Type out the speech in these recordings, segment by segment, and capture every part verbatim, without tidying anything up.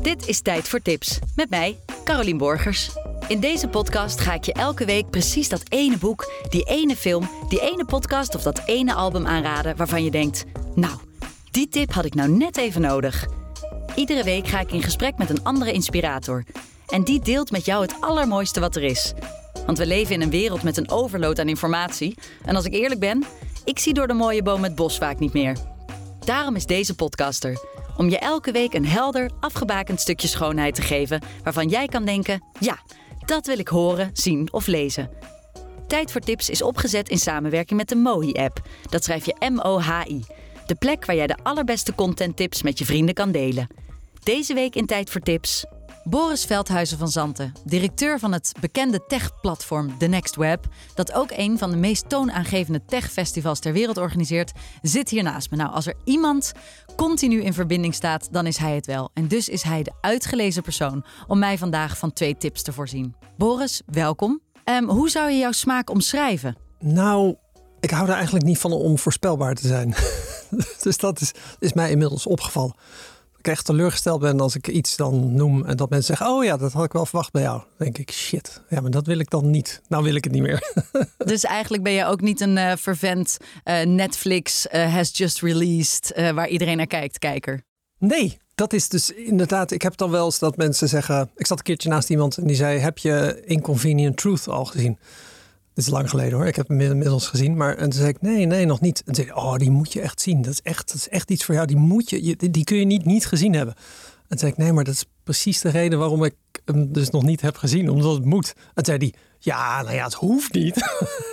Dit is Tijd voor Tips, met mij, Carolien Borgers. In deze podcast ga ik je elke week precies dat ene boek, die ene film, die ene podcast of dat ene album aanraden waarvan je denkt, nou, die tip had ik nou net even nodig. Iedere week ga ik in gesprek met een andere inspirator. En die deelt met jou het allermooiste wat er is. Want we leven in een wereld met een overload aan informatie. En als ik eerlijk ben, ik zie door de mooie boom het bos vaak niet meer. Daarom is deze podcast er. Om je elke week een helder, afgebakend stukje schoonheid te geven waarvan jij kan denken, ja, dat wil ik horen, zien of lezen. Tijd voor Tips is opgezet in samenwerking met de Mohi-app. Dat schrijf je M O H I. De plek waar jij de allerbeste contenttips met je vrienden kan delen. Deze week in Tijd voor Tips, Boris Veldhuizen van Zanten, directeur van het bekende tech-platform The Next Web, dat ook een van de meest toonaangevende tech-festivals ter wereld organiseert, zit hier naast me. Nou, als er iemand continu in verbinding staat, dan is hij het wel. En dus is hij de uitgelezen persoon om mij vandaag van twee tips te voorzien. Boris, welkom. Um, hoe zou je jouw smaak omschrijven? Nou, ik hou er eigenlijk niet van om voorspelbaar te zijn. Dus dat is, is mij inmiddels opgevallen. Ik echt teleurgesteld ben als ik iets dan noem en dat mensen zeggen, oh ja, dat had ik wel verwacht bij jou. Dan denk ik, shit, ja, maar dat wil ik dan niet. Nou wil ik het niet meer. Dus eigenlijk ben je ook niet een uh, fervent uh, Netflix uh, has just released, uh, waar iedereen naar kijkt, kijker? Nee, dat is dus inderdaad, ik heb dan wel eens dat mensen zeggen, ik zat een keertje naast iemand en die zei, heb je Inconvenient Truth al gezien? Dit is lang geleden hoor, ik heb hem inmiddels gezien. Maar en toen zei ik, nee, nee, nog niet. En toen zei ik, oh, die moet je echt zien. Dat is echt, dat is echt iets voor jou. Die moet je, die, die kun je niet niet gezien hebben. En toen zei ik, nee, maar dat is precies de reden waarom ik hem dus nog niet heb gezien. Omdat het moet. En toen zei hij, ja, nou ja, het hoeft niet.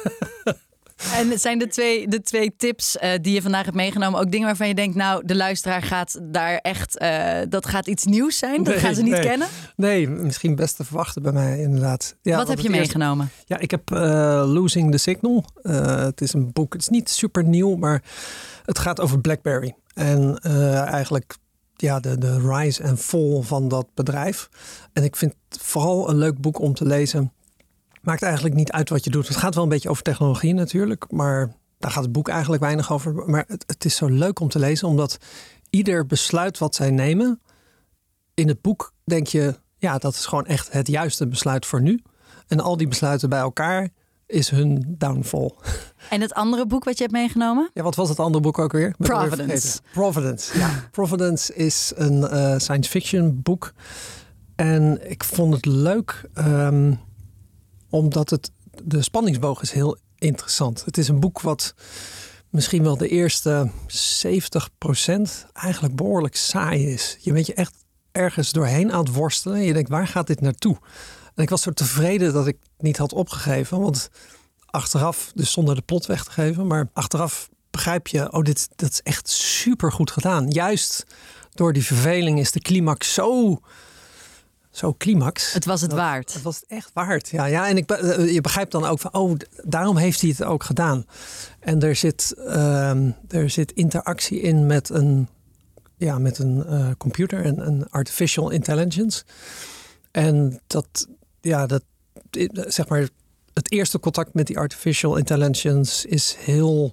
En het zijn de twee, de twee tips uh, die je vandaag hebt meegenomen ook dingen waarvan je denkt, nou, de luisteraar gaat daar echt, uh, dat gaat iets nieuws zijn? Dat nee, gaan ze niet nee. kennen? Nee, misschien best te verwachten bij mij inderdaad. Ja, wat heb je meegenomen? Eerst, ja, ik heb uh, Losing the Signal. Uh, het is een boek, het is niet super nieuw, maar het gaat over BlackBerry. En uh, eigenlijk ja, de, de rise en fall van dat bedrijf. En ik vind het vooral een leuk boek om te lezen. Maakt eigenlijk niet uit wat je doet. Het gaat wel een beetje over technologie natuurlijk. Maar daar gaat het boek eigenlijk weinig over. Maar het, het is zo leuk om te lezen. Omdat ieder besluit wat zij nemen. In het boek denk je, ja, dat is gewoon echt het juiste besluit voor nu. En al die besluiten bij elkaar is hun downfall. En het andere boek wat je hebt meegenomen? Ja, wat was het andere boek ook weer? Providence. Providence, ja. Providence is een uh, science fiction boek. En ik vond het leuk, um, omdat het, de spanningsboog is heel interessant. Het is een boek wat misschien wel de eerste zeventig procent eigenlijk behoorlijk saai is. Je bent je echt ergens doorheen aan het worstelen. Je denkt, waar gaat dit naartoe? En ik was zo tevreden dat ik niet had opgegeven. Want achteraf, dus zonder de plot weg te geven, maar achteraf begrijp je, oh, dit dat is echt super goed gedaan. Juist door die verveling is de climax zo, zo climax. Het was het dat, waard. Het was het echt waard. Ja, ja, en ik, je begrijpt dan ook van, oh, daarom heeft hij het ook gedaan. En er zit, um, er zit interactie in met een, ja, met een uh, computer en een artificial intelligence. En dat, ja, dat, zeg maar, het eerste contact met die artificial intelligence is heel,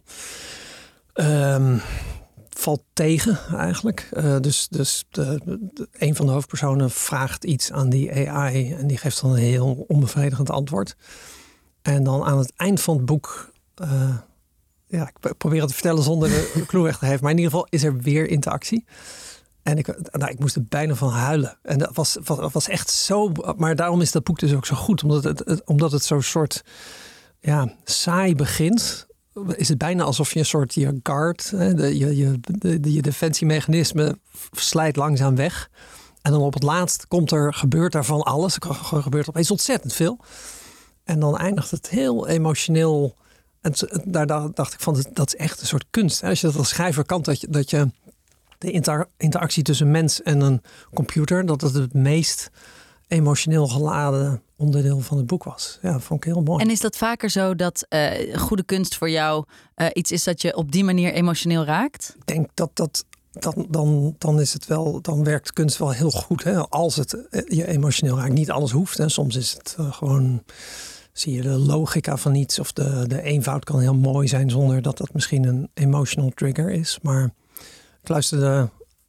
um, valt tegen eigenlijk. Uh, dus dus de, de, een van de hoofdpersonen vraagt iets aan die A I en die geeft dan een heel onbevredigend antwoord. En dan aan het eind van het boek, uh, ja, ik probeer het te vertellen zonder de clue weg te geven, maar in ieder geval is er weer interactie. En ik, nou, ik moest er bijna van huilen. En dat was, was echt zo. Maar daarom is dat boek dus ook zo goed. Omdat het, het, omdat het zo'n soort ja, saai begint. Is het bijna alsof je een soort je guard, de, je, je, de, je defensiemechanisme slijt langzaam weg. En dan op het laatst komt er, gebeurt daar van alles. Er gebeurt opeens ontzettend veel. En dan eindigt het heel emotioneel. En daar dacht ik van, dat is echt een soort kunst. Als je dat als schrijver kan, dat je, dat je de inter- interactie tussen mens en een computer, dat het het meest emotioneel geladen onderdeel van het boek was. Ja, dat vond ik heel mooi. En is dat vaker zo dat uh, goede kunst voor jou uh, iets is dat je op die manier emotioneel raakt? Ik denk dat dat dan, dan, dan is het wel, dan werkt kunst wel heel goed, hè? Als het je emotioneel raakt. Niet alles hoeft. Hè? Soms is het uh, gewoon, zie je de logica van iets of de, de eenvoud kan heel mooi zijn zonder dat dat misschien een emotional trigger is. Maar ik luisterde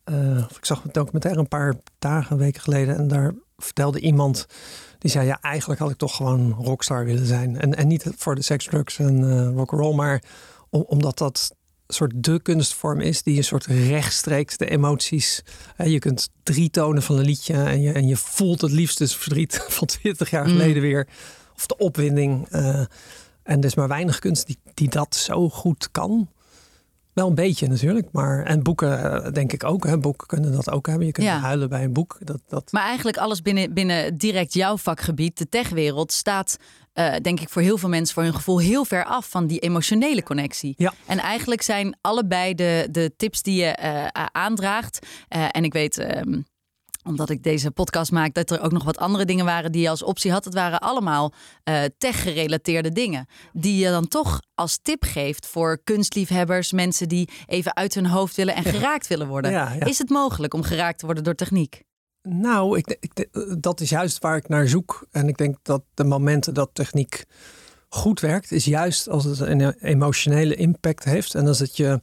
uh, ik zag een documentaire een paar dagen, weken geleden. En daar vertelde iemand, die zei, ja, eigenlijk had ik toch gewoon rockstar willen zijn. En, en niet voor de seks, drugs en uh, rock'n'roll, maar om, omdat dat soort de kunstvorm is die een soort rechtstreeks de emoties. Hè, je kunt drie tonen van een liedje en je, en je voelt het liefst dus verdriet van twintig jaar geleden mm. weer. Of de opwinding. Uh, en er is maar weinig kunst die, die dat zo goed kan. Wel een beetje natuurlijk, maar en boeken denk ik ook. Hè. Boeken kunnen dat ook hebben. Je kunt ja. huilen bij een boek. Dat, dat... Maar eigenlijk alles binnen, binnen direct jouw vakgebied, de techwereld, staat uh, denk ik voor heel veel mensen voor hun gevoel heel ver af van die emotionele connectie. Ja. En eigenlijk zijn allebei de, de tips die je uh, aandraagt. Uh, en ik weet, uh, omdat ik deze podcast maak, dat er ook nog wat andere dingen waren die je als optie had. Het waren allemaal uh, tech-gerelateerde dingen. Die je dan toch als tip geeft voor kunstliefhebbers, mensen die even uit hun hoofd willen en ja. geraakt willen worden. Ja, ja. Is het mogelijk om geraakt te worden door techniek? Nou, ik, ik, dat is juist waar ik naar zoek. En ik denk dat de momenten dat techniek goed werkt, is juist als het een emotionele impact heeft. En als het je,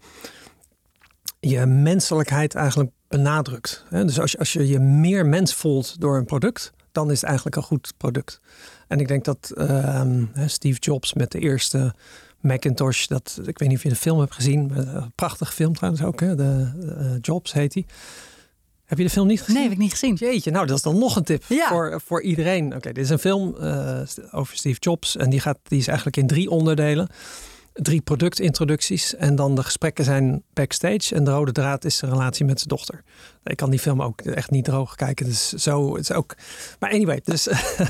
je menselijkheid eigenlijk benadrukt. Dus als je, als je je meer mens voelt door een product, dan is het eigenlijk een goed product. En ik denk dat uh, Steve Jobs met de eerste Macintosh, dat, ik weet niet of je de film hebt gezien, een prachtige film trouwens ook, hè? De uh, Jobs heet die. Heb je de film niet gezien? Nee, heb ik niet gezien. Jeetje, nou dat is dan nog een tip ja. voor, voor iedereen. Oké, okay, dit is een film uh, over Steve Jobs en die, gaat, die is eigenlijk in drie onderdelen. Drie productintroducties en dan de gesprekken zijn backstage en de rode draad is de relatie met zijn dochter. Ik kan die film ook echt niet droog kijken, dus zo het is ook. Maar anyway, dus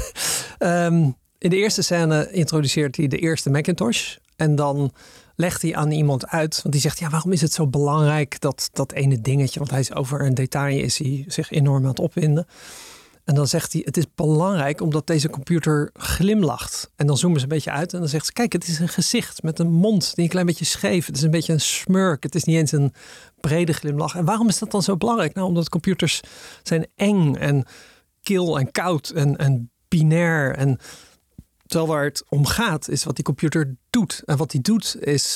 um, in de eerste scène introduceert hij de eerste Macintosh en dan legt hij aan iemand uit, want die zegt, ja, waarom is het zo belangrijk dat dat ene dingetje, want hij is over een detail is hij zich enorm aan het opwinden. En dan zegt hij, het is belangrijk omdat deze computer glimlacht. En dan zoomen ze een beetje uit en dan zegt ze, kijk, het is een gezicht met een mond die een klein beetje scheef. Het is een beetje een smurk. Het is niet eens een brede glimlach. En waarom is dat dan zo belangrijk? Nou, omdat computers zijn eng en kil en koud en, en binair. En terwijl waar het om gaat is wat die computer doet. En wat die doet is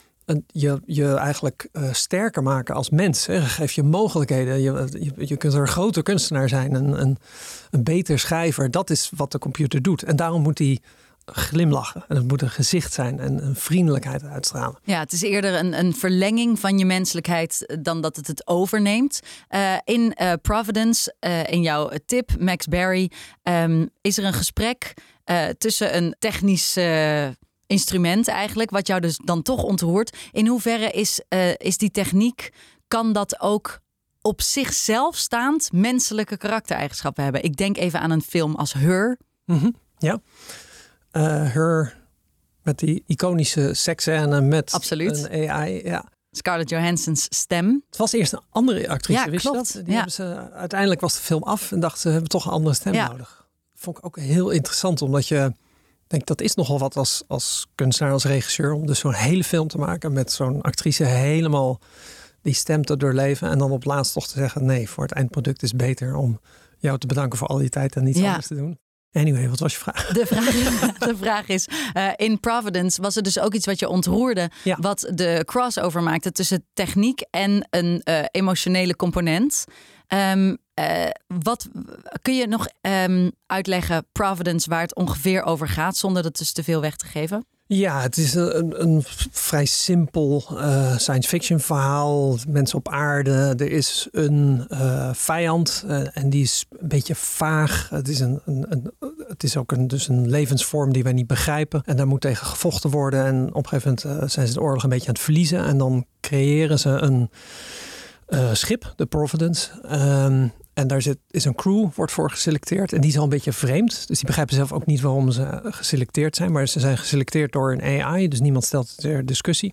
Je, je eigenlijk uh, sterker maken als mens. Hè. Geef je mogelijkheden. Je, je, je kunt er een groter kunstenaar zijn. Een, een, een beter schrijver. Dat is wat de computer doet. En daarom moet hij glimlachen. En het moet een gezicht zijn. En een vriendelijkheid uitstralen. Ja, het is eerder een, een verlenging van je menselijkheid dan dat het het overneemt. Uh, in uh, Providence, uh, in jouw tip, Max Barry, um, is er een gesprek uh, tussen een technisch Uh, instrument eigenlijk, wat jou dus dan toch ontroert. In hoeverre is, uh, is die techniek, kan dat ook op zichzelf staand menselijke karaktereigenschappen hebben? Ik denk even aan een film als Her. Mm-hmm, ja. Uh, Her met die iconische seksscène met Absoluut. een A I. Ja. Scarlett Johansson's stem. Het was eerst een andere actrice, ja, wist klopt. je dat? Die ja. hebben ze, uiteindelijk was de film af en dachten ze, hebben toch een andere stem ja. nodig. Vond ik ook heel interessant, omdat je Ik denk dat is nogal wat als, als kunstenaar, als regisseur, om dus zo'n hele film te maken met zo'n actrice helemaal die stem te doorleven. En dan op laatst toch te zeggen, nee, voor het eindproduct is het beter om jou te bedanken voor al die tijd en niets ja. anders te doen. Anyway, wat was je vraag? De vraag, de vraag is, uh, in Providence was er dus ook iets wat je ontroerde, ja. wat de crossover maakte tussen techniek en een uh, emotionele component. Um, uh, wat kun je nog um, uitleggen, Providence, waar het ongeveer over gaat, zonder dat dus te veel weg te geven? Ja, het is een, een vrij simpel uh, science fiction verhaal. Mensen op aarde. Er is een uh, vijand uh, en die is een beetje vaag. Het is, een, een, een, het is ook een, dus een levensvorm die wij niet begrijpen. En daar moet tegen gevochten worden. En op een gegeven moment uh, zijn ze de oorlog een beetje aan het verliezen. En dan creëren ze een uh, schip, de Providence. Um, En daar zit, is een crew, wordt voor geselecteerd. En die is al een beetje vreemd. Dus die begrijpen zelf ook niet waarom ze geselecteerd zijn. Maar ze zijn geselecteerd door een A I. Dus niemand stelt ter discussie.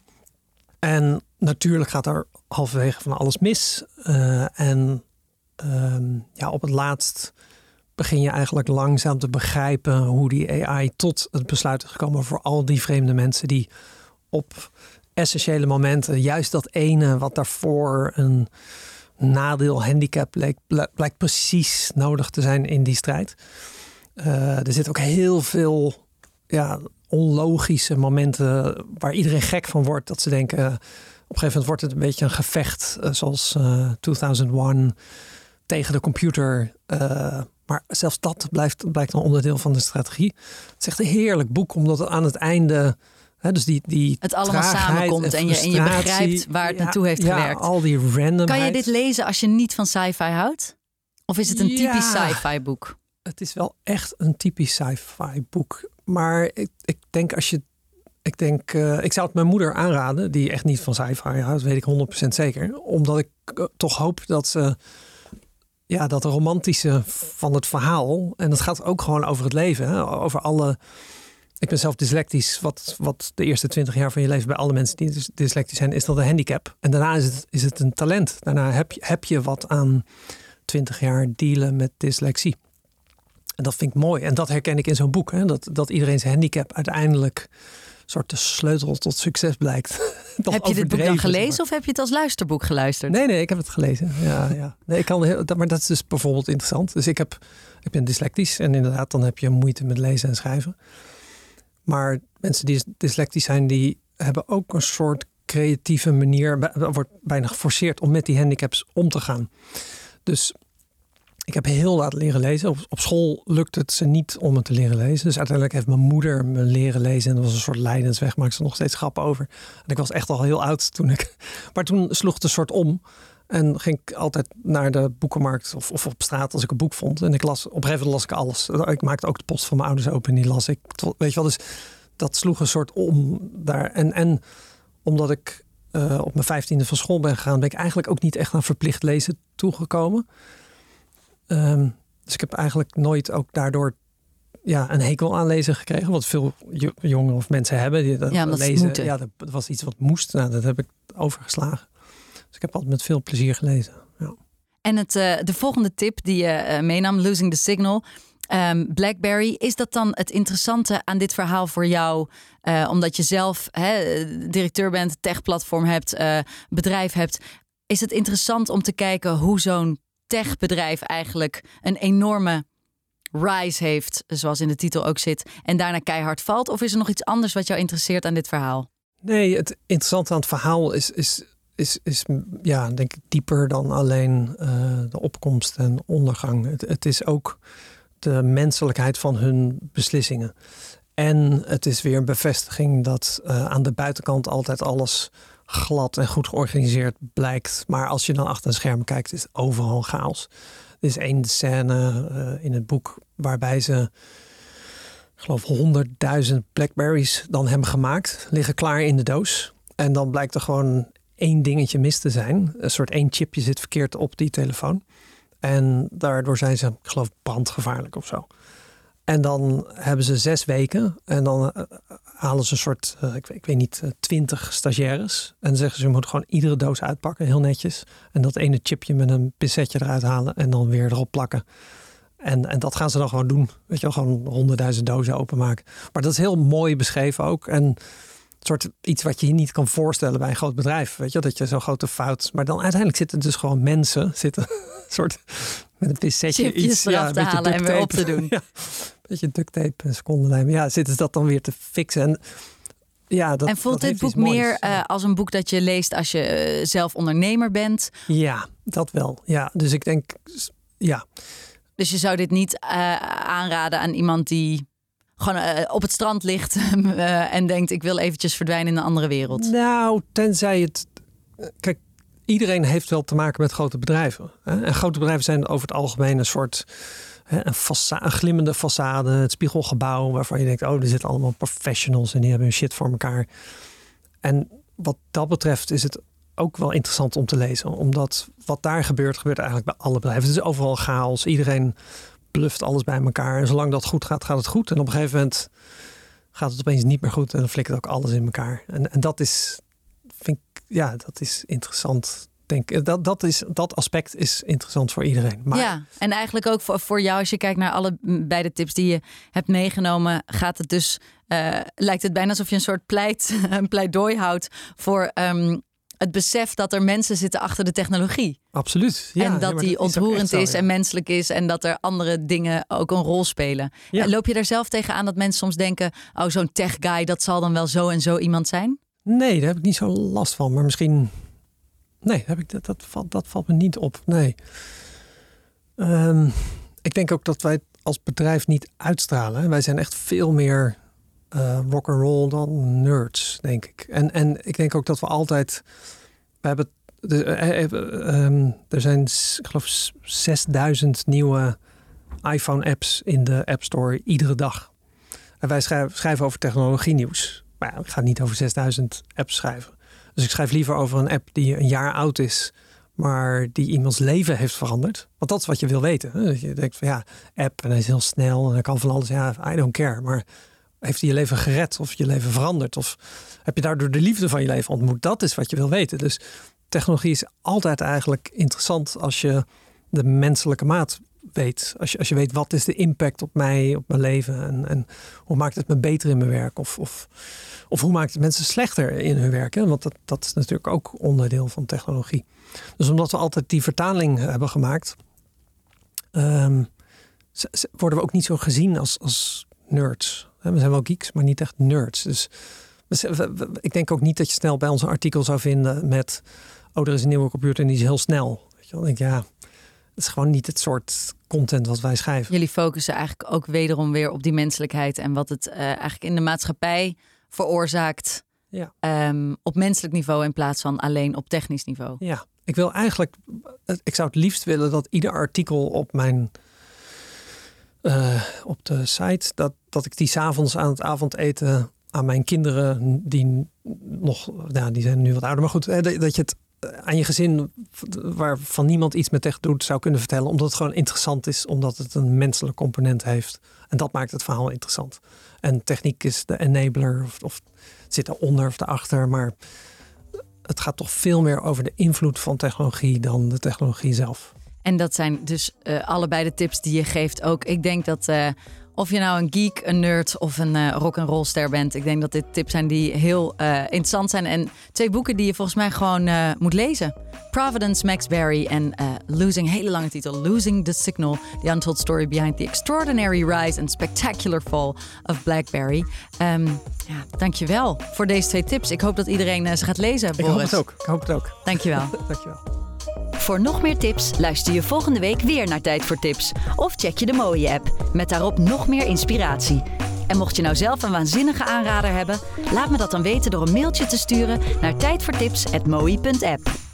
En natuurlijk gaat er halverwege van alles mis. Uh, en um, ja, op het laatst begin je eigenlijk langzaam te begrijpen hoe die A I tot het besluit is gekomen voor al die vreemde mensen die op essentiële momenten, juist dat ene wat daarvoor een nadeel, handicap, blijkt, blijkt precies nodig te zijn in die strijd. Uh, er zit ook heel veel ja, onlogische momenten waar iedereen gek van wordt. Dat ze denken, Op een gegeven moment wordt het een beetje een gevecht, uh, zoals uh, tweeduizend één tegen de computer. Uh, maar zelfs dat blijft, blijkt een onderdeel van de strategie. Het is echt een heerlijk boek, omdat het aan het einde... Hè, dus die, die het allemaal samenkomt en, en, je, en je begrijpt waar het ja, naartoe heeft ja, gewerkt. Al die randomheid. Kan je dit lezen als je niet van sci-fi houdt? Of is het een ja, typisch sci-fi boek? Het is wel echt een typisch sci-fi boek. Maar ik, ik denk als je... Ik denk, uh, ik zou het mijn moeder aanraden, die echt niet van sci-fi houdt, weet ik honderd procent zeker. Omdat ik uh, toch hoop dat ze... Ja, dat de romantische van het verhaal... En dat gaat ook gewoon over het leven. Hè? Over alle... Ik ben zelf dyslectisch. Wat, wat de eerste twintig jaar van je leven bij alle mensen die dyslectisch zijn, is dat een handicap. En daarna is het, is het een talent. Daarna heb je, heb je wat aan twintig jaar dealen met dyslexie. En dat vind ik mooi. En dat herken ik in zo'n boek. Hè? Dat, dat iedereen zijn handicap uiteindelijk soort de sleutel tot succes blijkt. Heb je dit boek dan gelezen maar. Of heb je het als luisterboek geluisterd? Nee, nee, ik heb het gelezen. Ja, ja. Nee, ik kan heel, maar dat is dus bijvoorbeeld interessant. Dus ik, heb, ik ben dyslectisch en inderdaad dan heb je moeite met lezen en schrijven. Maar mensen die dyslectisch zijn, die hebben ook een soort creatieve manier, wordt bijna geforceerd om met die handicaps om te gaan. Dus ik heb heel laat leren lezen. Op, op school lukt het ze niet om het te leren lezen. Dus uiteindelijk heeft mijn moeder me leren lezen. En dat was een soort lijdensweg. Maakte ze nog steeds grappen over. En ik was echt al heel oud toen ik... Maar toen sloeg het een soort om. En ging ik altijd naar de boekenmarkt of, of op straat als ik een boek vond. En ik las, op een gegeven moment las ik alles. Ik maakte ook de post van mijn ouders open en die las ik. Weet je wel, dus dat sloeg een soort om daar. En, en omdat ik uh, op mijn vijftiende van school ben gegaan, ben ik eigenlijk ook niet echt aan verplicht lezen toegekomen. Um, dus ik heb eigenlijk nooit ook daardoor ja, een hekel aan lezen gekregen. Wat veel jongeren of mensen hebben. Die dat ja, dat lezen, ja, dat was iets wat moest. Nou, dat heb ik overgeslagen. Dus ik heb altijd met veel plezier gelezen. Ja. En het, uh, de volgende tip die je uh, meenam, Losing the Signal. Um, BlackBerry, is dat dan het interessante aan dit verhaal voor jou? Uh, omdat je zelf hè, directeur bent, techplatform hebt, uh, bedrijf hebt. Is het interessant om te kijken hoe zo'n techbedrijf eigenlijk een enorme rise heeft, zoals in de titel ook zit, en daarna keihard valt? Of is er nog iets anders wat jou interesseert aan dit verhaal? Nee, het interessante aan het verhaal is, is, is, is ja, denk ik dieper dan alleen uh, de opkomst en ondergang. Het, het is ook de menselijkheid van hun beslissingen. En het is weer een bevestiging dat uh, aan de buitenkant altijd alles glad en goed georganiseerd blijkt. Maar als je dan achter een scherm kijkt, is het overal chaos. Er is één scène uh, in het boek waarbij ze, ik geloof, honderdduizend Blackberries dan hebben gemaakt. Liggen klaar in de doos. En dan blijkt er gewoon één dingetje mis te zijn. Een soort één chipje zit verkeerd op die telefoon. En daardoor zijn ze, ik geloof, brandgevaarlijk of zo. En dan hebben ze zes weken en dan uh, halen ze een soort, uh, ik, ik weet niet, uh, twintig stagiaires. En dan zeggen ze, je moet gewoon iedere doos uitpakken, heel netjes. En dat ene chipje met een pincetje eruit halen en dan weer erop plakken. En, en dat gaan ze dan gewoon doen. Weet je wel, gewoon honderdduizend dozen openmaken. Maar dat is heel mooi beschreven ook. En een soort iets wat je je niet kan voorstellen bij een groot bedrijf. Weet je, dat je zo'n grote fout... Maar dan uiteindelijk zitten dus gewoon mensen, zitten een soort met een pincetje chipjes iets eraf ja, te halen en weer op te doen. Ja, een beetje duct tape en secondenlijm. Ja, zitten ze dat dan weer te fixen. En, ja, dat, en voelt dat dit boek meer uh, als een boek dat je leest als je uh, zelf ondernemer bent? Ja, dat wel. Ja, dus ik denk, ja. Dus je zou dit niet uh, aanraden aan iemand die gewoon uh, op het strand ligt uh, en denkt, ik wil eventjes verdwijnen in een andere wereld? Nou, tenzij het... Kijk, iedereen heeft wel te maken met grote bedrijven. Hè? En grote bedrijven zijn over het algemeen een soort hè, een, faça- een glimmende façade, het spiegelgebouw waarvan je denkt, oh, er zitten allemaal professionals en die hebben hun shit voor elkaar. En wat dat betreft is het ook wel interessant om te lezen. Omdat wat daar gebeurt, gebeurt eigenlijk bij alle bedrijven. Het is overal chaos. Iedereen bluft alles bij elkaar. En zolang dat goed gaat, gaat het goed. En op een gegeven moment gaat het opeens niet meer goed. En dan flikkert ook alles in elkaar. En, en dat is, vind ik, ja, dat is interessant. Denk, dat, dat, is, dat aspect is interessant voor iedereen. Maar, ja, en eigenlijk ook voor, voor jou, als je kijkt naar alle beide tips die je hebt meegenomen, gaat het dus, uh, lijkt het bijna alsof je een soort pleit, een pleidooi houdt voor um, het besef dat er mensen zitten achter de technologie. Absoluut. Ja, en dat ja, die dat ontroerend is, zo, is ja. en menselijk is en dat er andere dingen ook een rol spelen. Ja. Loop je daar zelf tegenaan dat mensen soms denken, oh, zo'n tech guy, dat zal dan wel zo en zo iemand zijn? Nee, daar heb ik niet zo last van. Maar misschien... Nee, heb ik, dat, dat, valt, dat valt me niet op. Nee. Um, ik denk ook dat wij het als bedrijf niet uitstralen. Wij zijn echt veel meer uh, rock and roll dan nerds, denk ik. En, en ik denk ook dat we altijd... We hebben... De, uh, um, er zijn, ik geloof, zesduizend nieuwe iPhone-apps in de App Store iedere dag. En wij schrijven, schrijven over technologie nieuws. Maar ja, ik ga niet over zesduizend apps schrijven. Dus ik schrijf liever over een app die een jaar oud is, maar die iemands leven heeft veranderd. Want dat is wat je wil weten. Hè? Dat je denkt van ja, app en hij is heel snel en hij kan van alles. Ja, I don't care. Maar heeft hij je leven gered of je leven veranderd? Of heb je daardoor de liefde van je leven ontmoet? Dat is wat je wil weten. Dus technologie is altijd eigenlijk interessant als je de menselijke maat weet. Als je, als je weet wat is de impact op mij, op mijn leven. En, en hoe maakt het me beter in mijn werk? Of, of, of hoe maakt het mensen slechter in hun werk? Hè? Want dat, dat is natuurlijk ook onderdeel van technologie. Dus omdat we altijd die vertaling hebben gemaakt, Um, worden we ook niet zo gezien als, als nerds. We zijn wel geeks, maar niet echt nerds. Dus ik denk ook niet dat je snel bij ons een artikel zou vinden met... oh, er is een nieuwe computer en die is heel snel. Weet je wel? Ik denk, ja, het is gewoon niet het soort content wat wij schrijven. Jullie focussen eigenlijk ook wederom weer op die menselijkheid... en wat het uh, eigenlijk in de maatschappij veroorzaakt... Ja. Um, op menselijk niveau in plaats van alleen op technisch niveau. Ja, ik wil eigenlijk... Ik zou het liefst willen dat ieder artikel op mijn... Uh, op de site, dat, dat ik die 's avonds aan het avondeten aan mijn kinderen, die nog, nou, die zijn nu wat ouder, maar goed, hè, dat je het aan je gezin, waarvan niemand iets met tech doet, zou kunnen vertellen, omdat het gewoon interessant is, omdat het een menselijk component heeft. En dat maakt het verhaal interessant. En techniek is de enabler, of, of het zit eronder of erachter, maar het gaat toch veel meer over de invloed van technologie dan de technologie zelf. En dat zijn dus uh, allebei de tips die je geeft ook. Ik denk dat uh, of je nou een geek, een nerd of een uh, rock'n'roll ster bent... ik denk dat dit tips zijn die heel uh, interessant zijn. En twee boeken die je volgens mij gewoon uh, moet lezen. Providence, Max Barry en uh, Losing, hele lange titel... Losing the Signal, The Untold Story Behind the Extraordinary Rise and Spectacular Fall of BlackBerry. Um, ja, dankjewel voor deze twee tips. Ik hoop dat iedereen uh, ze gaat lezen, Boris. Ik hoop het ook. Ik hoop het ook. Dankjewel. Dankjewel. Voor nog meer tips luister je volgende week weer naar Tijd voor Tips. Of check je de Mooie app, met daarop nog meer inspiratie. En mocht je nou zelf een waanzinnige aanrader hebben... laat me dat dan weten door een mailtje te sturen naar tijdvoortips apenmooi punt app.